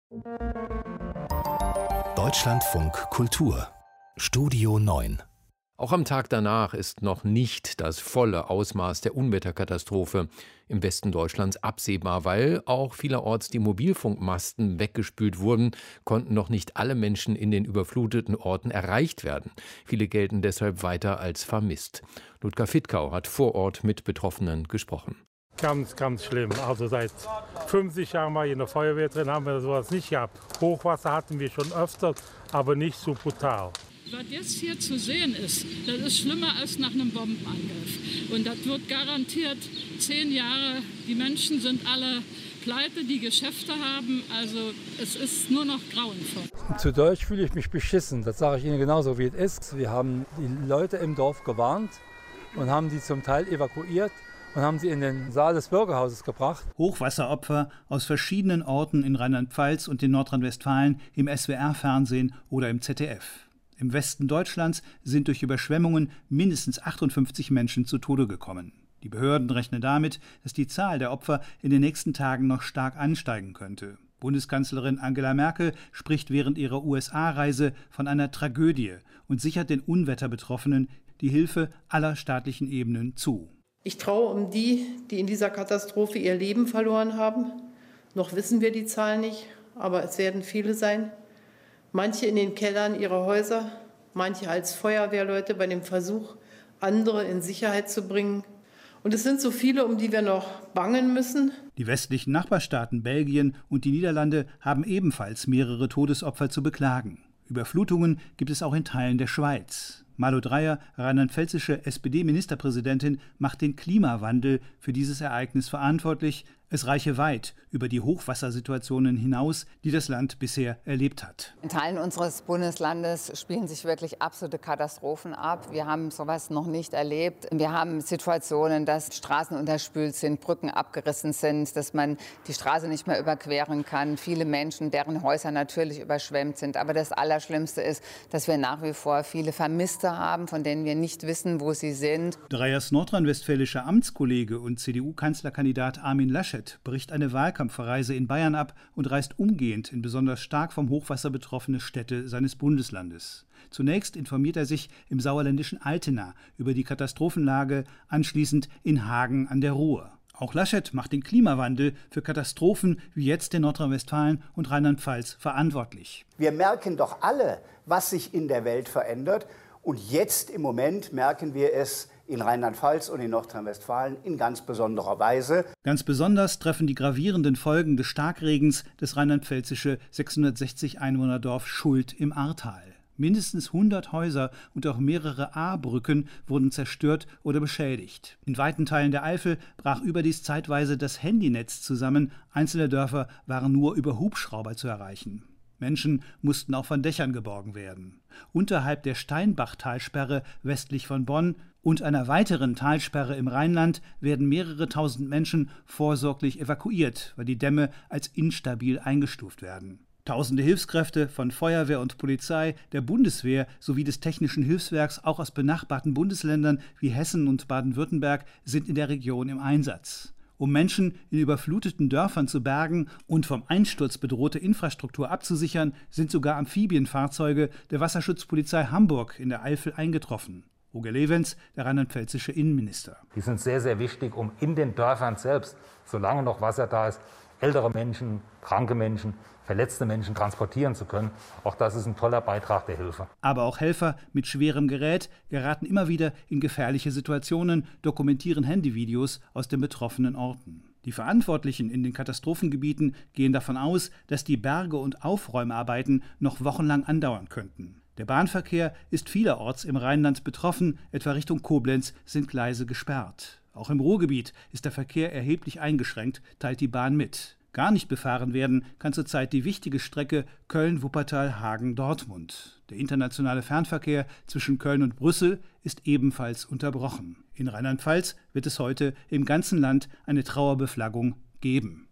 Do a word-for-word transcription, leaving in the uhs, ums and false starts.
Deutschlandfunk Kultur Studio neun. Auch am Tag danach ist noch nicht das volle Ausmaß der Unwetterkatastrophe im Westen Deutschlands absehbar, weil auch vielerorts die Mobilfunkmasten weggespült wurden, konnten noch nicht alle Menschen in den überfluteten Orten erreicht werden. Viele gelten deshalb weiter als vermisst. Ludger Fittkau hat vor Ort mit Betroffenen gesprochen. Ganz, ganz schlimm. Also seit fünfzig Jahren war ich in der Feuerwehr drin, haben wir sowas nicht gehabt. Hochwasser hatten wir schon öfter, aber nicht so brutal. Was jetzt hier zu sehen ist, das ist schlimmer als nach einem Bombenangriff. Und das wird garantiert zehn Jahre. Die Menschen sind alle pleite, die Geschäfte haben. Also es ist nur noch grauenvoll. Zu Deutsch fühle ich mich beschissen. Das sage ich Ihnen genauso, wie es ist. Wir haben die Leute im Dorf gewarnt und haben die zum Teil evakuiert und haben sie in den Saal des Bürgerhauses gebracht. Hochwasseropfer aus verschiedenen Orten in Rheinland-Pfalz und in Nordrhein-Westfalen im S W R-Fernsehen oder im Z D F. Im Westen Deutschlands sind durch Überschwemmungen mindestens achtundfünfzig Menschen zu Tode gekommen. Die Behörden rechnen damit, dass die Zahl der Opfer in den nächsten Tagen noch stark ansteigen könnte. Bundeskanzlerin Angela Merkel spricht während ihrer U S A-Reise von einer Tragödie und sichert den Unwetterbetroffenen die Hilfe aller staatlichen Ebenen zu. Ich traue um die, die in dieser Katastrophe ihr Leben verloren haben. Noch wissen wir die Zahl nicht, aber es werden viele sein. Manche in den Kellern ihrer Häuser, manche als Feuerwehrleute bei dem Versuch, andere in Sicherheit zu bringen. Und es sind so viele, um die wir noch bangen müssen. Die westlichen Nachbarstaaten Belgien und die Niederlande haben ebenfalls mehrere Todesopfer zu beklagen. Überflutungen gibt es auch in Teilen der Schweiz. Malu Dreyer, rheinland-pfälzische S P D-Ministerpräsidentin, macht den Klimawandel für dieses Ereignis verantwortlich. Es reiche weit über die Hochwassersituationen hinaus, die das Land bisher erlebt hat. In Teilen unseres Bundeslandes spielen sich wirklich absolute Katastrophen ab. Wir haben sowas noch nicht erlebt. Wir haben Situationen, dass Straßen unterspült sind, Brücken abgerissen sind, dass man die Straße nicht mehr überqueren kann. Viele Menschen, deren Häuser natürlich überschwemmt sind. Aber das Allerschlimmste ist, dass wir nach wie vor viele Vermisste haben, von denen wir nicht wissen, wo sie sind. Dreyers nordrhein-westfälischer Amtskollege und C D U-Kanzlerkandidat Armin Laschet bricht eine Wahlkampfreise in Bayern ab und reist umgehend in besonders stark vom Hochwasser betroffene Städte seines Bundeslandes. Zunächst informiert er sich im sauerländischen Altena über die Katastrophenlage, anschließend in Hagen an der Ruhr. Auch Laschet macht den Klimawandel für Katastrophen wie jetzt in Nordrhein-Westfalen und Rheinland-Pfalz verantwortlich. Wir merken doch alle, was sich in der Welt verändert. Und jetzt im Moment merken wir es in Rheinland-Pfalz und in Nordrhein-Westfalen in ganz besonderer Weise. Ganz besonders treffen die gravierenden Folgen des Starkregens das rheinland-pfälzische sechshundertsechzig Einwohnerdorf Schuld im Ahrtal. Mindestens hundert Häuser und auch mehrere A-Brücken wurden zerstört oder beschädigt. In weiten Teilen der Eifel brach überdies zeitweise das Handynetz zusammen. Einzelne Dörfer waren nur über Hubschrauber zu erreichen. Menschen mussten auch von Dächern geborgen werden. Unterhalb der Steinbach-Talsperre westlich von Bonn und einer weiteren Talsperre im Rheinland werden mehrere tausend Menschen vorsorglich evakuiert, weil die Dämme als instabil eingestuft werden. Tausende Hilfskräfte von Feuerwehr und Polizei, der Bundeswehr sowie des Technischen Hilfswerks auch aus benachbarten Bundesländern wie Hessen und Baden-Württemberg sind in der Region im Einsatz. Um Menschen in überfluteten Dörfern zu bergen und vom Einsturz bedrohte Infrastruktur abzusichern, sind sogar Amphibienfahrzeuge der Wasserschutzpolizei Hamburg in der Eifel eingetroffen. Roger Lewens, der rheinland-pfälzische Innenminister. Die sind sehr, sehr wichtig, um in den Dörfern selbst, solange noch Wasser da ist, ältere Menschen, kranke Menschen, verletzte Menschen transportieren zu können. Auch das ist ein toller Beitrag der Hilfe. Aber auch Helfer mit schwerem Gerät geraten immer wieder in gefährliche Situationen, dokumentieren Handyvideos aus den betroffenen Orten. Die Verantwortlichen in den Katastrophengebieten gehen davon aus, dass die Berge- und Aufräumarbeiten noch wochenlang andauern könnten. Der Bahnverkehr ist vielerorts im Rheinland betroffen, etwa Richtung Koblenz sind Gleise gesperrt. Auch im Ruhrgebiet ist der Verkehr erheblich eingeschränkt, teilt die Bahn mit. Gar nicht befahren werden kann zurzeit die wichtige Strecke Köln-Wuppertal-Hagen-Dortmund. Der internationale Fernverkehr zwischen Köln und Brüssel ist ebenfalls unterbrochen. In Rheinland-Pfalz wird es heute im ganzen Land eine Trauerbeflaggung geben.